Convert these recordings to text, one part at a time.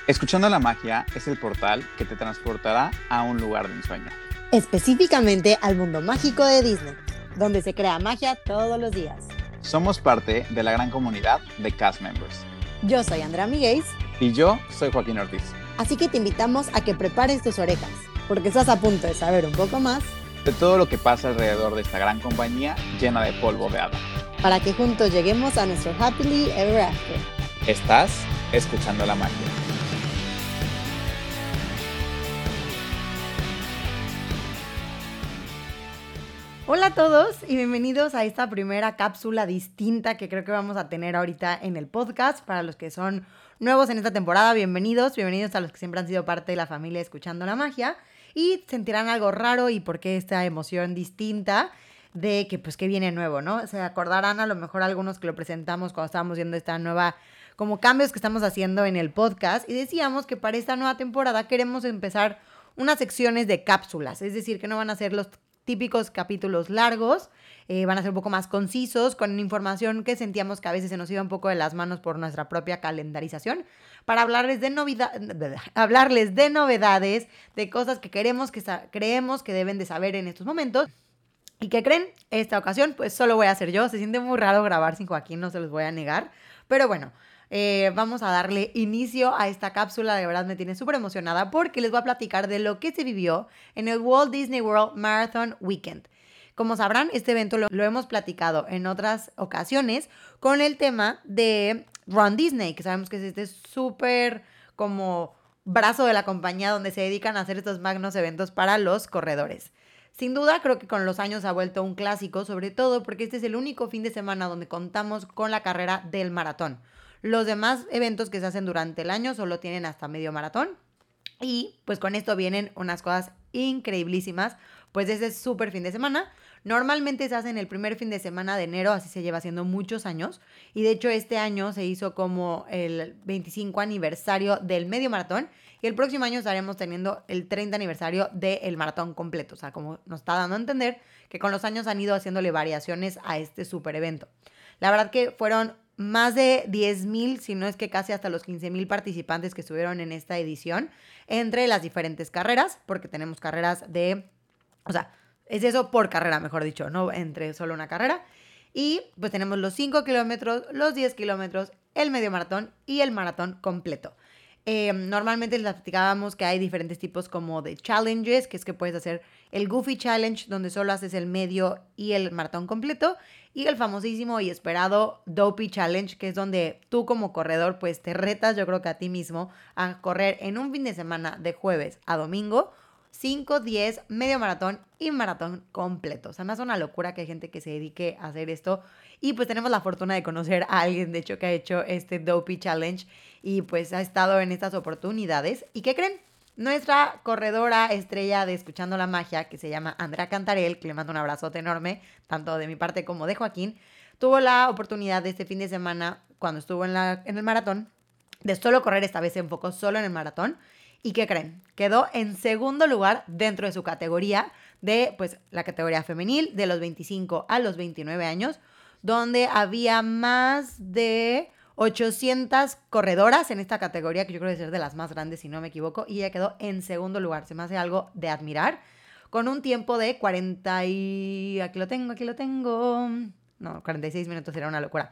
Escuchando la magia es el portal que te transportará a un lugar de ensueño. Específicamente al mundo mágico de Disney, donde se crea magia todos los días. Somos parte de la gran comunidad de cast members. Yo soy Andrea Miguel. Y yo soy Joaquín Ortiz. Así que te invitamos a que prepares tus orejas, porque estás a punto de saber un poco más de todo lo que pasa alrededor de esta gran compañía llena de polvo de hada. Para que juntos lleguemos a nuestro Happily Ever After. Estás escuchando la magia. Hola a todos y bienvenidos a esta primera cápsula distinta que creo que vamos a tener ahorita en el podcast. Para los que son nuevos en esta temporada, bienvenidos a los que siempre han sido parte de la familia Escuchando la Magia y sentirán algo raro y por qué esta emoción distinta de que pues que viene nuevo, ¿no? Se acordarán a lo mejor algunos que lo presentamos cuando estábamos viendo esta nueva, como cambios que estamos haciendo en el podcast y decíamos que para esta nueva temporada queremos empezar unas secciones de cápsulas, es decir, que no van a ser los típicos capítulos largos, van a ser un poco más concisos, con información que sentíamos que a veces se nos iba un poco de las manos por nuestra propia calendarización, para hablarles de novedades, de cosas que creemos que deben de saber en estos momentos. ¿Y qué creen? Esta ocasión, pues solo voy a ser yo. Se siente muy raro grabar sin Joaquín, no se los voy a negar. Pero bueno, vamos a darle inicio a esta cápsula. De verdad me tiene súper emocionada porque les voy a platicar de lo que se vivió en el Walt Disney World Marathon Weekend. Como sabrán, este evento lo hemos platicado en otras ocasiones con el tema de Run Disney, que sabemos que es este súper como brazo de la compañía donde se dedican a hacer estos magnos eventos para los corredores. Sin duda, creo que con los años ha vuelto un clásico, sobre todo porque este es el único fin de semana donde contamos con la carrera del maratón. Los demás eventos que se hacen durante el año solo tienen hasta medio maratón. Y pues con esto vienen unas cosas increíblísimas, pues ese es súper fin de semana. Normalmente se hace en el primer fin de semana de enero, así se lleva haciendo muchos años. Y de hecho este año se hizo como el 25 aniversario del medio maratón. Y el próximo año estaremos teniendo el 30 aniversario del maratón completo. O sea, como nos está dando a entender que con los años han ido haciéndole variaciones a este súper evento. La verdad que fueron más de 10,000, si no es que casi hasta los 15,000 participantes que estuvieron en esta edición entre las diferentes carreras, porque tenemos carreras de, o sea, es eso por carrera, mejor dicho, no entre solo una carrera. Y pues tenemos los 5 kilómetros, los 10 kilómetros, el medio maratón y el maratón completo. Normalmente les platicábamos que hay diferentes tipos como de challenges, que es que puedes hacer el Goofy Challenge, donde solo haces el medio y el maratón completo, y el famosísimo y esperado Dopey Challenge, que es donde tú como corredor pues te retas, yo creo que a ti mismo, a correr en un fin de semana de jueves a domingo 5, 10, medio maratón y maratón completo. O sea, me hace una locura que hay gente que se dedique a hacer esto. Y pues tenemos la fortuna de conocer a alguien, de hecho, que ha hecho este Dopey Challenge y pues ha estado en estas oportunidades. ¿Y qué creen? Nuestra corredora estrella de Escuchando la Magia, que se llama Andrea Cantarell, que le mando un abrazote enorme, tanto de mi parte como de Joaquín, tuvo la oportunidad de este fin de semana, cuando estuvo en el maratón, de solo correr. Esta vez se enfocó solo en el maratón. ¿Y qué creen? Quedó en segundo lugar dentro de su categoría de, pues, la categoría femenil de los 25 a los 29 años, donde había más de 800 corredoras en esta categoría, que yo creo que es de las más grandes, si no me equivoco, y ella quedó en segundo lugar. Se me hace algo de admirar, con un tiempo de 40 y... Aquí lo tengo. No, 46 minutos era una locura.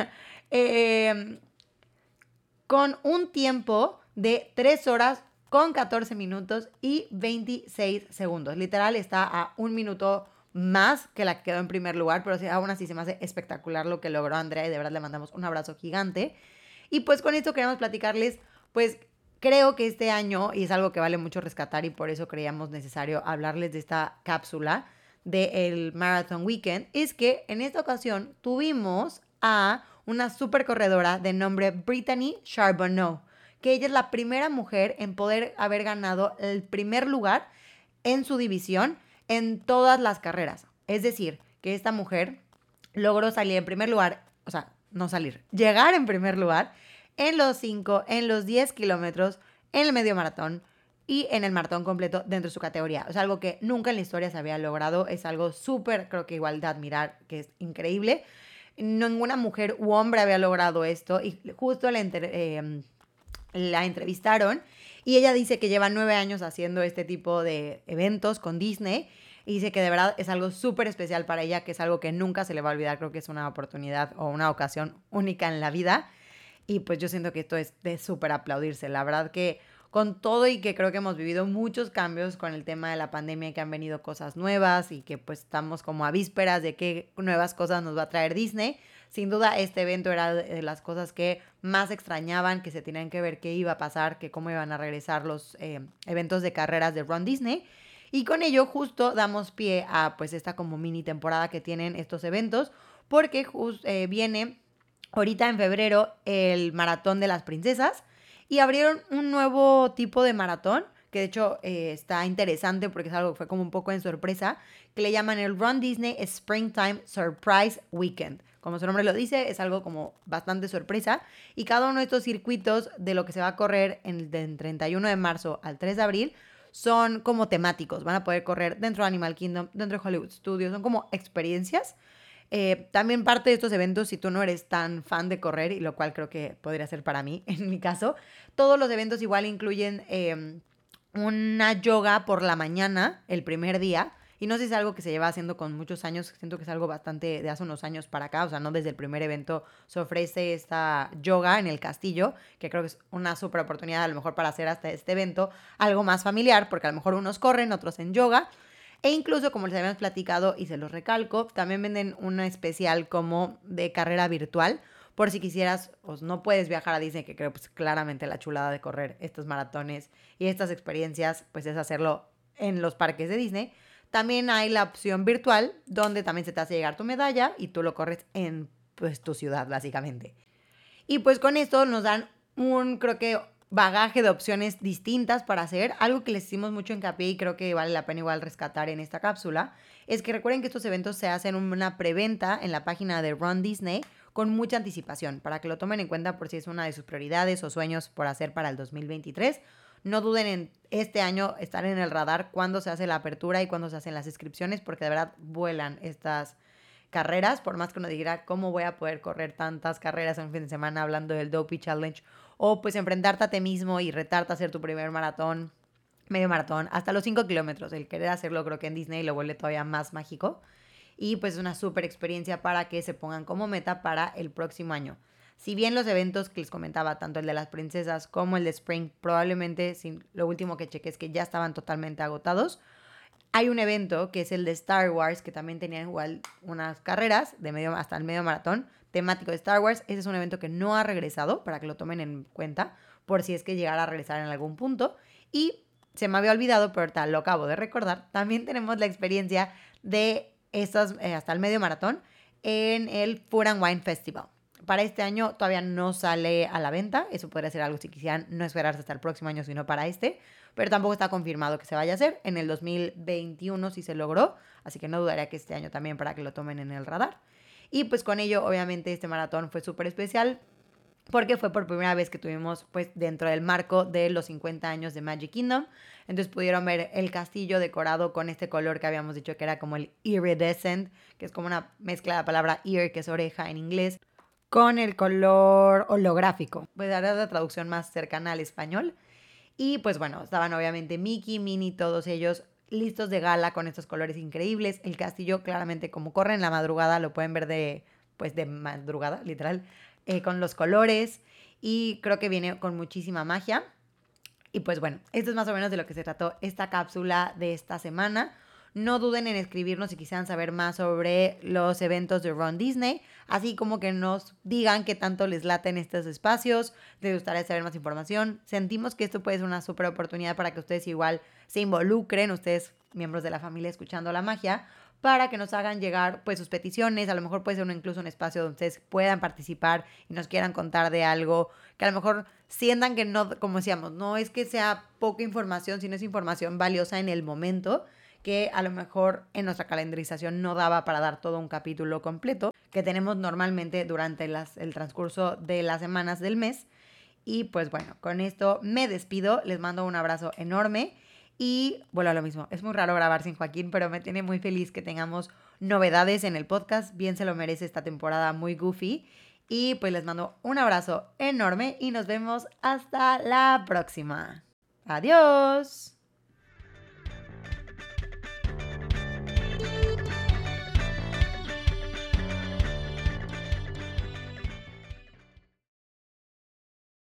Con un tiempo de 3 horas con 14 minutos y 26 segundos. Literal está a un minuto más que la que quedó en primer lugar, pero aún así se me hace espectacular lo que logró Andrea y de verdad le mandamos un abrazo gigante. Y pues con esto queremos platicarles, pues creo que este año, y es algo que vale mucho rescatar y por eso creíamos necesario hablarles de esta cápsula del Marathon Weekend, es que en esta ocasión tuvimos a una super corredora de nombre Brittany Charbonneau, que ella es la primera mujer en poder haber ganado el primer lugar en su división en todas las carreras. Es decir, que esta mujer logró salir en primer lugar, o sea, no salir, llegar en primer lugar en los 5, en los 10 kilómetros, en el medio maratón y en el maratón completo dentro de su categoría. O sea, algo que nunca en la historia se había logrado. Es algo súper, creo que igual de admirar, que es increíble. Ninguna mujer u hombre había logrado esto y justo la entrevistaron y ella dice que lleva 9 años haciendo este tipo de eventos con Disney y dice que de verdad es algo súper especial para ella, que es algo que nunca se le va a olvidar. Creo que es una oportunidad o una ocasión única en la vida. Y pues yo siento que esto es de súper aplaudirse. La verdad que con todo y que creo que hemos vivido muchos cambios con el tema de la pandemia, que han venido cosas nuevas y que pues estamos como a vísperas de qué nuevas cosas nos va a traer Disney. Sin duda este evento era de las cosas que más extrañaban, que se tenían que ver qué iba a pasar, que cómo iban a regresar los eventos de carreras de Run Disney. Y con ello justo damos pie a pues esta como mini temporada que tienen estos eventos, porque viene ahorita en febrero el Maratón de las Princesas y abrieron un nuevo tipo de maratón que de hecho está interesante porque es algo que fue como un poco en sorpresa, que le llaman el Run Disney Springtime Surprise Weekend. Como su nombre lo dice, es algo como bastante sorpresa y cada uno de estos circuitos de lo que se va a correr del 31 de marzo al 3 de abril son como temáticos. Van a poder correr dentro de Animal Kingdom, dentro de Hollywood Studios, son como experiencias. También parte de estos eventos, si tú no eres tan fan de correr, y lo cual creo que podría ser para mí, en mi caso, todos los eventos igual incluyen una yoga por la mañana, el primer día, y no sé si es algo que se lleva haciendo con muchos años, siento que es algo bastante de hace unos años para acá, o sea, no desde el primer evento se ofrece esta yoga en el castillo, que creo que es una súper oportunidad a lo mejor para hacer hasta este evento algo más familiar, porque a lo mejor unos corren, otros en yoga, e incluso, como les habíamos platicado y se los recalco, también venden una especial como de carrera virtual, por si quisieras o no puedes viajar a Disney, que creo pues claramente la chulada de correr estos maratones y estas experiencias, pues es hacerlo en los parques de Disney. También hay la opción virtual, donde también se te hace llegar tu medalla y tú lo corres en pues tu ciudad, básicamente. Y pues con esto nos dan creo que, bagaje de opciones distintas para hacer. Algo que les hicimos mucho hincapié y creo que vale la pena igual rescatar en esta cápsula, es que recuerden que estos eventos se hacen una preventa en la página de Run Disney con mucha anticipación, para que lo tomen en cuenta por si es una de sus prioridades o sueños por hacer para el 2023. No duden en este año estar en el radar cuando se hace la apertura y cuando se hacen las inscripciones, porque de verdad vuelan estas carreras, por más que uno diga cómo voy a poder correr tantas carreras en un fin de semana hablando del Dopey Challenge, o pues enfrentarte a ti mismo y retarte a hacer tu primer maratón, medio maratón, hasta los 5 kilómetros. El querer hacerlo creo que en Disney lo vuelve todavía más mágico y pues es una súper experiencia para que se pongan como meta para el próximo año. Si bien los eventos que les comentaba, tanto el de las princesas como el de Spring, probablemente, lo último que chequé es que ya estaban totalmente agotados, hay un evento que es el de Star Wars, que también tenían igual unas carreras de medio hasta el medio maratón temático de Star Wars. Ese es un evento que no ha regresado, para que lo tomen en cuenta, por si es que llegara a regresar en algún punto. Y se me había olvidado, pero ahorita lo acabo de recordar, también tenemos la experiencia de estos hasta el medio maratón en el Food and Wine Festival. Para este año todavía no sale a la venta. Eso podría ser algo si quisieran no esperarse hasta el próximo año, sino para este. Pero tampoco está confirmado que se vaya a hacer. En el 2021 sí se logró. Así que no dudaría que este año también, para que lo tomen en el radar. Y pues con ello, obviamente, este maratón fue súper especial, porque fue por primera vez que tuvimos pues dentro del marco de los 50 años de Magic Kingdom. Entonces pudieron ver el castillo decorado con este color que habíamos dicho que era como el iridescent, que es como una mezcla de la palabra ear, que es oreja en inglés, con el color holográfico. Pues ahora la traducción más cercana al español. Y pues bueno, estaban obviamente Mickey, Minnie, todos ellos listos de gala con estos colores increíbles. El castillo claramente como corre en la madrugada, lo pueden ver de madrugada, literal, con los colores. Y creo que viene con muchísima magia. Y pues bueno, esto es más o menos de lo que se trató esta cápsula de esta semana. No duden en escribirnos si quisieran saber más sobre los eventos de Run Disney, así como que nos digan qué tanto les laten estos espacios, les gustaría saber más información. Sentimos que esto puede ser una súper oportunidad para que ustedes igual se involucren, ustedes miembros de la familia escuchando la magia, para que nos hagan llegar pues sus peticiones. A lo mejor puede ser incluso un espacio donde ustedes puedan participar y nos quieran contar de algo que a lo mejor sientan que no, como decíamos, no es que sea poca información, sino es información valiosa en el momento, que a lo mejor en nuestra calendarización no daba para dar todo un capítulo completo, que tenemos normalmente durante el transcurso de las semanas del mes. Y pues bueno, con esto me despido, les mando un abrazo enorme y bueno, lo mismo, es muy raro grabar sin Joaquín, pero me tiene muy feliz que tengamos novedades en el podcast, bien se lo merece esta temporada muy goofy. Y pues les mando un abrazo enorme y nos vemos hasta la próxima. Adiós.